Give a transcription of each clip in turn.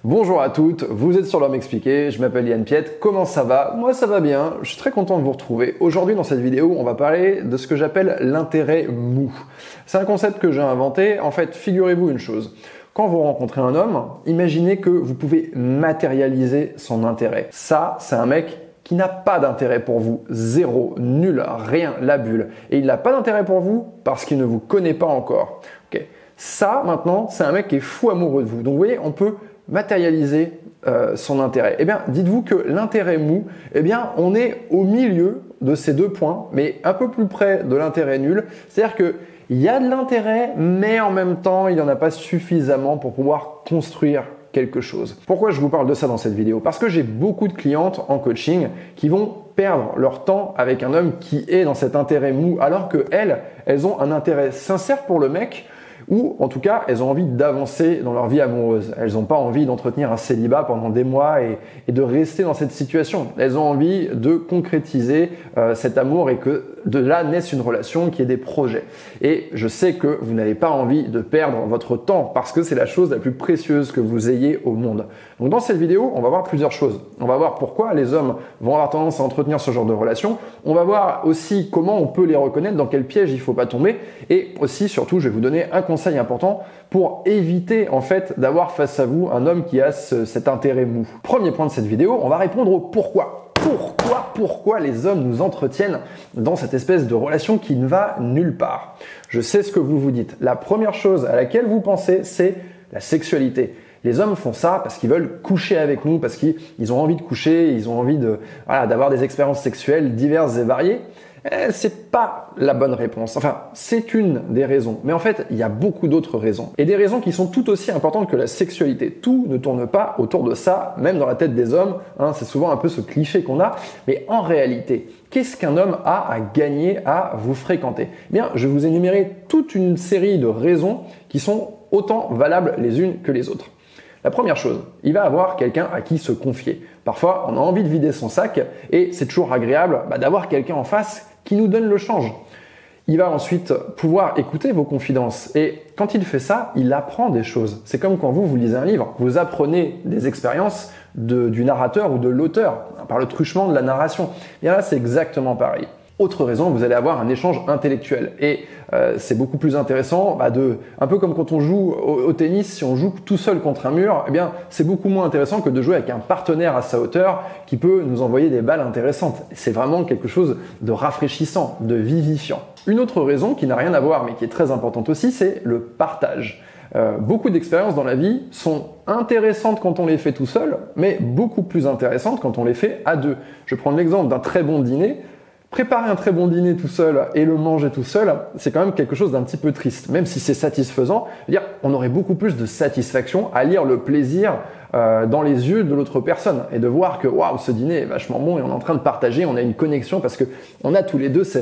Bonjour à toutes, vous êtes sur l'Homme Expliqué, je m'appelle Yann Piette, comment ça va? Moi ça va bien, je suis très content de vous retrouver. Aujourd'hui dans cette vidéo, on va parler de ce que j'appelle l'intérêt mou. C'est un concept que j'ai inventé, en fait figurez-vous une chose. Quand vous rencontrez un homme, imaginez que vous pouvez matérialiser son intérêt. Ça, c'est un mec qui n'a pas d'intérêt pour vous, zéro, nul, rien, la bulle. Et il n'a pas d'intérêt pour vous parce qu'il ne vous connaît pas encore. Okay. Ça, maintenant, c'est un mec qui est fou amoureux de vous. Donc vous voyez, on peut matérialiser son intérêt. Eh bien, dites-vous que l'intérêt mou, eh bien, on est au milieu de ces deux points, mais un peu plus près de l'intérêt nul. C'est-à-dire que il y a de l'intérêt, mais en même temps, il n'y en a pas suffisamment pour pouvoir construire quelque chose. Pourquoi je vous parle de ça dans cette vidéo? Parce que j'ai beaucoup de clientes en coaching qui vont perdre leur temps avec un homme qui est dans cet intérêt mou, alors que elles ont un intérêt sincère pour le mec, ou en tout cas, elles ont envie d'avancer dans leur vie amoureuse. Elles n'ont pas envie d'entretenir un célibat pendant des mois et de rester dans cette situation. Elles ont envie de concrétiser cet amour et que de là naisse une relation qui ait des projets. Et je sais que vous n'avez pas envie de perdre votre temps parce que c'est la chose la plus précieuse que vous ayez au monde. Donc dans cette vidéo, on va voir plusieurs choses. On va voir pourquoi les hommes vont avoir tendance à entretenir ce genre de relation. On va voir aussi comment on peut les reconnaître, dans quel piège il ne faut pas tomber. Et aussi, surtout, je vais vous donner un conseil important pour éviter en fait d'avoir face à vous un homme qui a cet intérêt mou. Premier point de cette vidéo, on va répondre au pourquoi. Pourquoi les hommes nous entretiennent dans cette espèce de relation qui ne va nulle part? Je sais ce que vous vous dites. La première chose à laquelle vous pensez, c'est la sexualité. Les hommes font ça parce qu'ils veulent coucher avec nous, parce qu'ils ont envie de coucher, ils ont envie d'avoir des expériences sexuelles diverses et variées. C'est pas la bonne réponse. Enfin, c'est une des raisons. Mais en fait, il y a beaucoup d'autres raisons. Et des raisons qui sont tout aussi importantes que la sexualité. Tout ne tourne pas autour de ça, même dans la tête des hommes. C'est souvent un peu ce cliché qu'on a. Mais en réalité, qu'est-ce qu'un homme a à gagner à vous fréquenter? Eh bien, je vais vous énumérer toute une série de raisons qui sont autant valables les unes que les autres. La première chose, il va avoir quelqu'un à qui se confier. Parfois, on a envie de vider son sac et c'est toujours agréable d'avoir quelqu'un en face qui nous donne le change. Il va ensuite pouvoir écouter vos confidences et quand il fait ça, il apprend des choses. C'est comme quand vous lisez un livre, vous apprenez des expériences du narrateur ou de l'auteur par le truchement de la narration. Et là, c'est exactement pareil. Autre raison, vous allez avoir un échange intellectuel et c'est beaucoup plus intéressant un peu comme quand on joue au tennis, si on joue tout seul contre un mur, eh bien c'est beaucoup moins intéressant que de jouer avec un partenaire à sa hauteur qui peut nous envoyer des balles intéressantes. C'est vraiment quelque chose de rafraîchissant, de vivifiant. Une autre raison qui n'a rien à voir mais qui est très importante aussi, c'est le partage. Beaucoup d'expériences dans la vie sont intéressantes quand on les fait tout seul, mais beaucoup plus intéressantes quand on les fait à deux. Je prends l'exemple d'un très bon dîner. Préparer un très bon dîner tout seul et le manger tout seul, c'est quand même quelque chose d'un petit peu triste. Même si c'est satisfaisant, on aurait beaucoup plus de satisfaction à lire le plaisir dans les yeux de l'autre personne et de voir que waouh, ce dîner est vachement bon et on est en train de partager, on a une connexion parce que on a tous les deux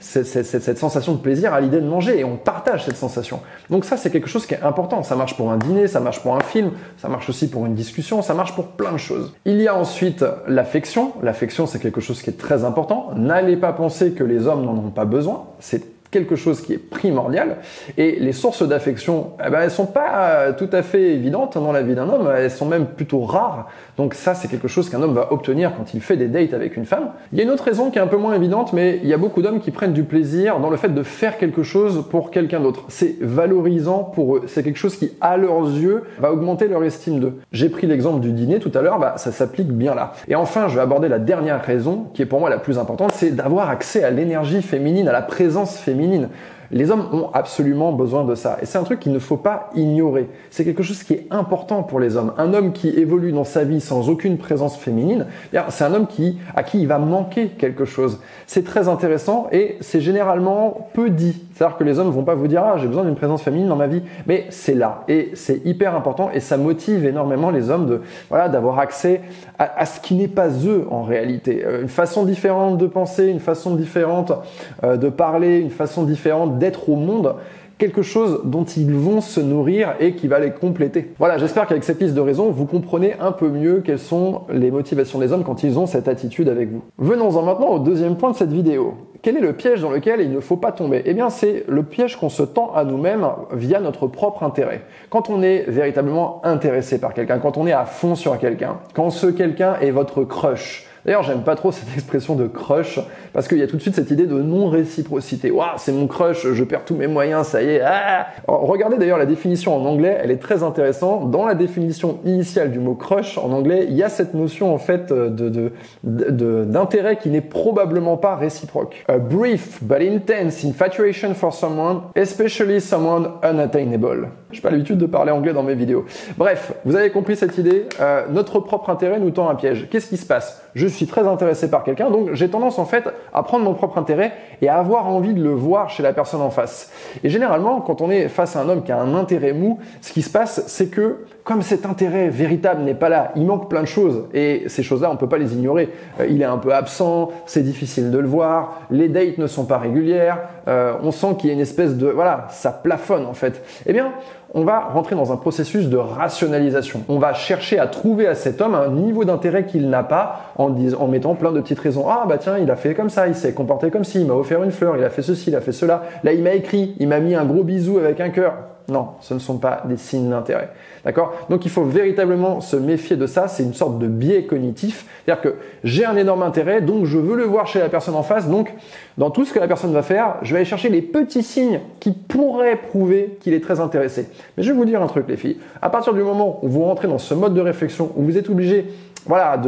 cette sensation de plaisir à l'idée de manger et on partage cette sensation. Donc ça, c'est quelque chose qui est important. Ça marche pour un dîner, ça marche pour un film, ça marche aussi pour une discussion, ça marche pour plein de choses. Il y a ensuite l'affection. L'affection, c'est quelque chose qui est très important. N'allez pas penser que les hommes n'en ont pas besoin. C'est quelque chose qui est primordial et les sources d'affection, elles sont pas tout à fait évidentes dans la vie d'un homme, elles sont même plutôt rares. Donc ça, c'est quelque chose qu'un homme va obtenir quand il fait des dates avec une femme. Il y a une autre raison qui est un peu moins évidente, mais il y a beaucoup d'hommes qui prennent du plaisir dans le fait de faire quelque chose pour quelqu'un d'autre. C'est valorisant pour eux, c'est quelque chose qui, à leurs yeux, va augmenter leur estime d'eux. J'ai pris l'exemple du dîner tout à l'heure, ça s'applique bien là. Et enfin, je vais aborder la dernière raison, qui est pour moi la plus importante, c'est d'avoir accès à l'énergie féminine, à la présence féminine. Les hommes ont absolument besoin de ça. Et c'est un truc qu'il ne faut pas ignorer. C'est quelque chose qui est important pour les hommes. Un homme qui évolue dans sa vie sans aucune présence féminine, c'est un homme à qui il va manquer quelque chose. C'est très intéressant et c'est généralement peu dit. C'est-à-dire que les hommes vont pas vous dire « Ah, j'ai besoin d'une présence féminine dans ma vie ». Mais c'est là. Et c'est hyper important et ça motive énormément les hommes d'avoir accès à ce qui n'est pas eux en réalité. Une façon différente de penser, une façon différente de parler, une façon différente d'être au monde quelque chose dont ils vont se nourrir et qui va les compléter. Voilà, j'espère qu'avec cette liste de raisons, vous comprenez un peu mieux quelles sont les motivations des hommes quand ils ont cette attitude avec vous. Venons-en maintenant au deuxième point de cette vidéo. Quel est le piège dans lequel il ne faut pas tomber? Eh bien, c'est le piège qu'on se tend à nous-mêmes via notre propre intérêt. Quand on est véritablement intéressé par quelqu'un, quand on est à fond sur quelqu'un, quand ce quelqu'un est votre crush. D'ailleurs, j'aime pas trop cette expression de crush parce qu'il y a tout de suite cette idée de non-réciprocité. Waouh, c'est mon crush, je perds tous mes moyens, ça y est. Ah. Alors, regardez d'ailleurs la définition en anglais, elle est très intéressante. Dans la définition initiale du mot crush en anglais, il y a cette notion en fait d'intérêt qui n'est probablement pas réciproque. A brief but intense infatuation for someone, especially someone unattainable. J'ai pas l'habitude de parler anglais dans mes vidéos. Bref, vous avez compris cette idée. Notre propre intérêt nous tend un piège. Qu'est-ce qui se passe? Je suis très intéressé par quelqu'un, donc j'ai tendance en fait à prendre mon propre intérêt et à avoir envie de le voir chez la personne en face. Et généralement, quand on est face à un homme qui a un intérêt mou, ce qui se passe, c'est que comme cet intérêt véritable n'est pas là, il manque plein de choses et ces choses-là, on peut pas les ignorer. Il est un peu absent, c'est difficile de le voir, les dates ne sont pas régulières, on sent qu'il y a une espèce de... Voilà, ça plafonne en fait. Eh bien, on va rentrer dans un processus de rationalisation. On va chercher à trouver à cet homme un niveau d'intérêt qu'il n'a pas en mettant plein de petites raisons. Ah bah tiens, il a fait comme ça, il s'est comporté comme ci, il m'a offert une fleur, il a fait ceci, il a fait cela. Là, il m'a écrit, il m'a mis un gros bisou avec un cœur. Non, ce ne sont pas des signes d'intérêt. D'accord? Donc il faut véritablement se méfier de ça, c'est une sorte de biais cognitif. C'est-à-dire que j'ai un énorme intérêt, donc je veux le voir chez la personne en face, donc dans tout ce que la personne va faire, je vais aller chercher les petits signes qui pourraient prouver qu'il est très intéressé. Mais je vais vous dire un truc les filles, à partir du moment où vous rentrez dans ce mode de réflexion, où vous êtes obligé voilà,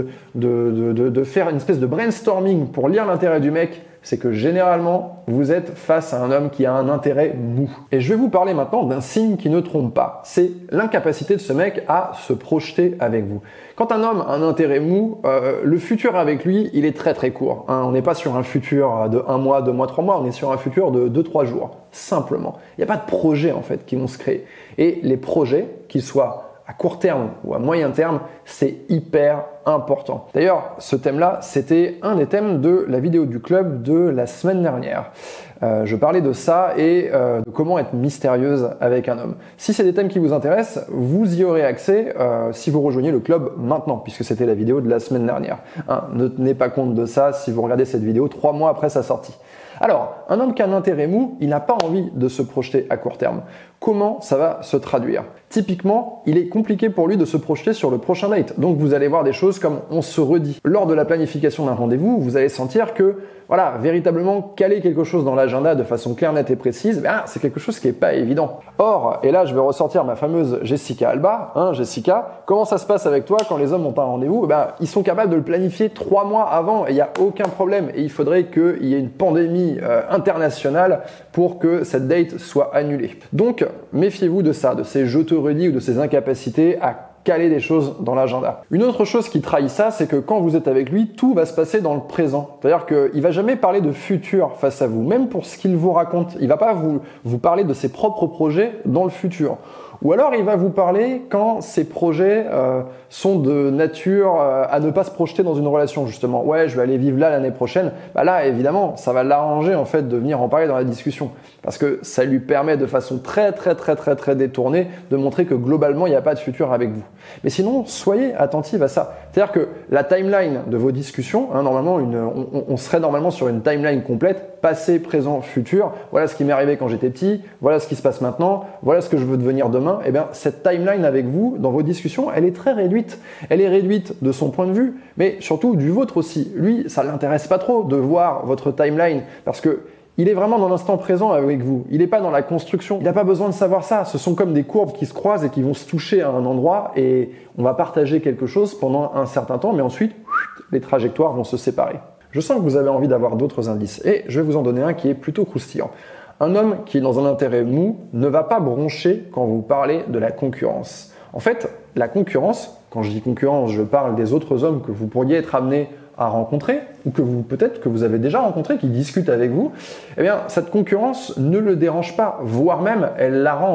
de faire une espèce de brainstorming pour lire l'intérêt du mec, c'est que généralement, vous êtes face à un homme qui a un intérêt mou. Et je vais vous parler maintenant d'un signe qui ne trompe pas. C'est l'incapacité de ce mec à se projeter avec vous. Quand un homme a un intérêt mou, le futur avec lui, il est très très court. Hein. On n'est pas sur un futur de 1 mois, 2 mois, 3 mois, on est sur un futur de 2-3 jours. Simplement. Il n'y a pas de projet en fait qui vont se créer. Et les projets, qu'ils soient à court terme ou à moyen terme, c'est hyper important. D'ailleurs, ce thème-là, c'était un des thèmes de la vidéo du club de la semaine dernière. Je parlais de ça et de comment être mystérieuse avec un homme. Si c'est des thèmes qui vous intéressent, vous y aurez accès si vous rejoignez le club maintenant, puisque c'était la vidéo de la semaine dernière. Hein, ne tenez pas compte de ça si vous regardez cette vidéo 3 mois après sa sortie. Alors, un homme qui a un intérêt mou, il n'a pas envie de se projeter à court terme. Comment ça va se traduire? Typiquement, il est compliqué pour lui de se projeter sur le prochain date. Donc vous allez voir des choses comme on se redit. Lors de la planification d'un rendez-vous, vous allez sentir que, voilà, véritablement caler quelque chose dans l'agenda de façon claire, nette et précise, c'est quelque chose qui n'est pas évident. Or, et là je vais ressortir ma fameuse Jessica Alba, hein, Jessica, comment ça se passe avec toi quand les hommes ont un rendez-vous? Ils sont capables de le planifier 3 mois avant et il n'y a aucun problème. Et il faudrait qu'il y ait une pandémie internationale pour que cette date soit annulée. Donc, méfiez-vous de ça, de ces je te redis ou de ces incapacités à caler des choses dans l'agenda. Une autre chose qui trahit ça, c'est que quand vous êtes avec lui, tout va se passer dans le présent. C'est-à-dire qu'il va jamais parler de futur face à vous, même pour ce qu'il vous raconte. Il va pas vous parler de ses propres projets dans le futur. Ou alors il va vous parler quand ces projets sont de nature à ne pas se projeter dans une relation justement. Ouais, je vais aller vivre là l'année prochaine. Là, évidemment, ça va l'arranger en fait de venir en parler dans la discussion parce que ça lui permet de façon très détournée de montrer que globalement il n'y a pas de futur avec vous. Mais sinon, soyez attentifs à ça. C'est-à-dire que la timeline de vos discussions, hein, normalement, on serait normalement sur une timeline complète, passé, présent, futur. Voilà ce qui m'est arrivé quand j'étais petit. Voilà ce qui se passe maintenant. Voilà ce que je veux devenir demain. Eh bien, cette timeline avec vous, dans vos discussions, elle est très réduite. Elle est réduite de son point de vue, mais surtout du vôtre aussi. Lui, ça l'intéresse pas trop de voir votre timeline parce que il est vraiment dans l'instant présent avec vous. Il n'est pas dans la construction. Il n'a pas besoin de savoir ça. Ce sont comme des courbes qui se croisent et qui vont se toucher à un endroit et on va partager quelque chose pendant un certain temps, mais ensuite, les trajectoires vont se séparer. Je sens que vous avez envie d'avoir d'autres indices et je vais vous en donner un qui est plutôt croustillant. Un homme qui est dans un intérêt mou ne va pas broncher quand vous parlez de la concurrence. En fait, la concurrence, quand je dis concurrence, je parle des autres hommes que vous pourriez être amenés à rencontrer ou que peut-être que vous avez déjà rencontré, qui discutent avec vous. Eh bien, cette concurrence ne le dérange pas, voire même elle l'arrange.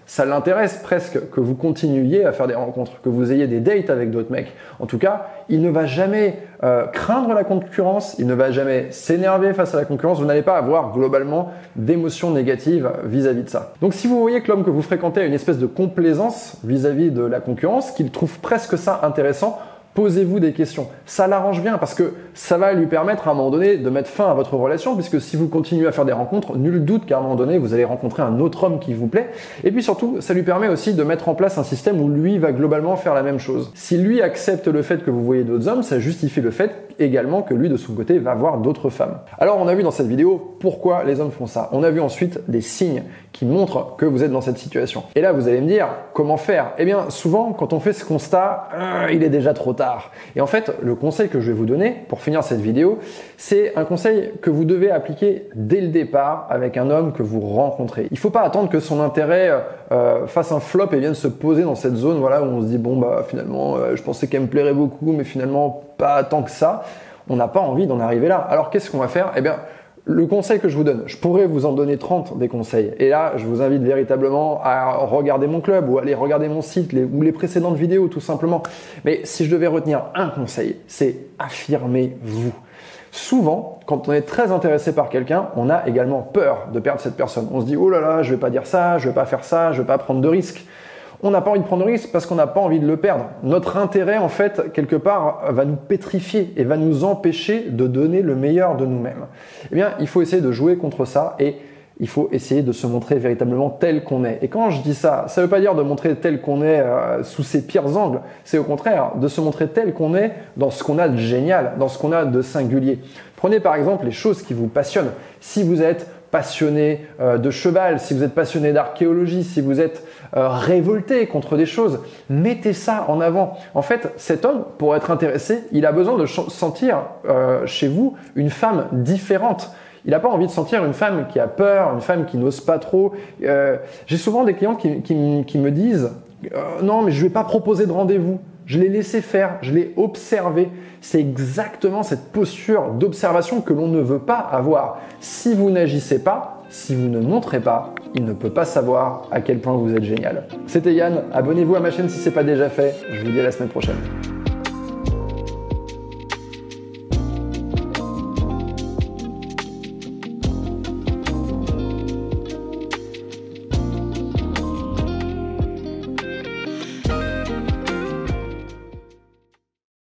Ça l'intéresse presque que vous continuiez à faire des rencontres, que vous ayez des dates avec d'autres mecs. En tout cas, il ne va jamais craindre la concurrence, il ne va jamais s'énerver face à la concurrence. Vous n'allez pas avoir globalement d'émotions négatives vis-à-vis de ça. Donc si vous voyez que l'homme que vous fréquentez a une espèce de complaisance vis-à-vis de la concurrence, qu'il trouve presque ça intéressant, posez-vous des questions. Ça l'arrange bien parce que ça va lui permettre à un moment donné de mettre fin à votre relation, puisque si vous continuez à faire des rencontres, nul doute qu'à un moment donné, vous allez rencontrer un autre homme qui vous plaît. Et puis surtout, ça lui permet aussi de mettre en place un système où lui va globalement faire la même chose. Si lui accepte le fait que vous voyez d'autres hommes, ça justifie le fait également que lui, de son côté, va voir d'autres femmes. Alors, on a vu dans cette vidéo pourquoi les hommes font ça. On a vu ensuite des signes qui montrent que vous êtes dans cette situation. Et là, vous allez me dire, comment faire? Eh bien, souvent, quand on fait ce constat, il est déjà trop tard. Et en fait, le conseil que je vais vous donner pour finir cette vidéo, c'est un conseil que vous devez appliquer dès le départ avec un homme que vous rencontrez. Il ne faut pas attendre que son intérêt fasse un flop et vienne se poser dans cette zone, voilà, où on se dit, bon, bah, finalement, je pensais qu'elle me plairait beaucoup, mais finalement, pas tant que ça. On n'a pas envie d'en arriver là. Alors, qu'est-ce qu'on va faire? Eh bien, le conseil que je vous donne, je pourrais vous en donner 30 des conseils. Et là, je vous invite véritablement à regarder mon club ou aller regarder mon site ou les précédentes vidéos tout simplement. Mais si je devais retenir un conseil, c'est affirmez-vous. Souvent, quand on est très intéressé par quelqu'un, on a également peur de perdre cette personne. On se dit, oh là là, je vais pas dire ça, je vais pas faire ça, je vais pas prendre de risques. On n'a pas envie de prendre de risques parce qu'on n'a pas envie de le perdre. Notre intérêt, en fait, quelque part, va nous pétrifier et va nous empêcher de donner le meilleur de nous-mêmes. Eh bien, il faut essayer de jouer contre ça et il faut essayer de se montrer véritablement tel qu'on est. Et quand je dis ça, ça ne veut pas dire de montrer tel qu'on est sous ses pires angles. C'est au contraire de se montrer tel qu'on est dans ce qu'on a de génial, dans ce qu'on a de singulier. Prenez par exemple les choses qui vous passionnent. Si vous êtes passionné de cheval, si vous êtes passionné d'archéologie, si vous êtes révolté contre des choses, mettez ça en avant. En fait, cet homme, pour être intéressé, il a besoin de sentir chez vous une femme différente. Il n'a pas envie de sentir une femme qui a peur, une femme qui n'ose pas trop. J'ai souvent des clients qui me disent « Non, mais je ne vais pas proposer de rendez-vous. Je l'ai laissé faire, je l'ai observé. » C'est exactement cette posture d'observation que l'on ne veut pas avoir. Si vous n'agissez pas, si vous ne montrez pas, il ne peut pas savoir à quel point vous êtes génial. C'était Yann, abonnez-vous à ma chaîne si ce n'est pas déjà fait. Je vous dis à la semaine prochaine.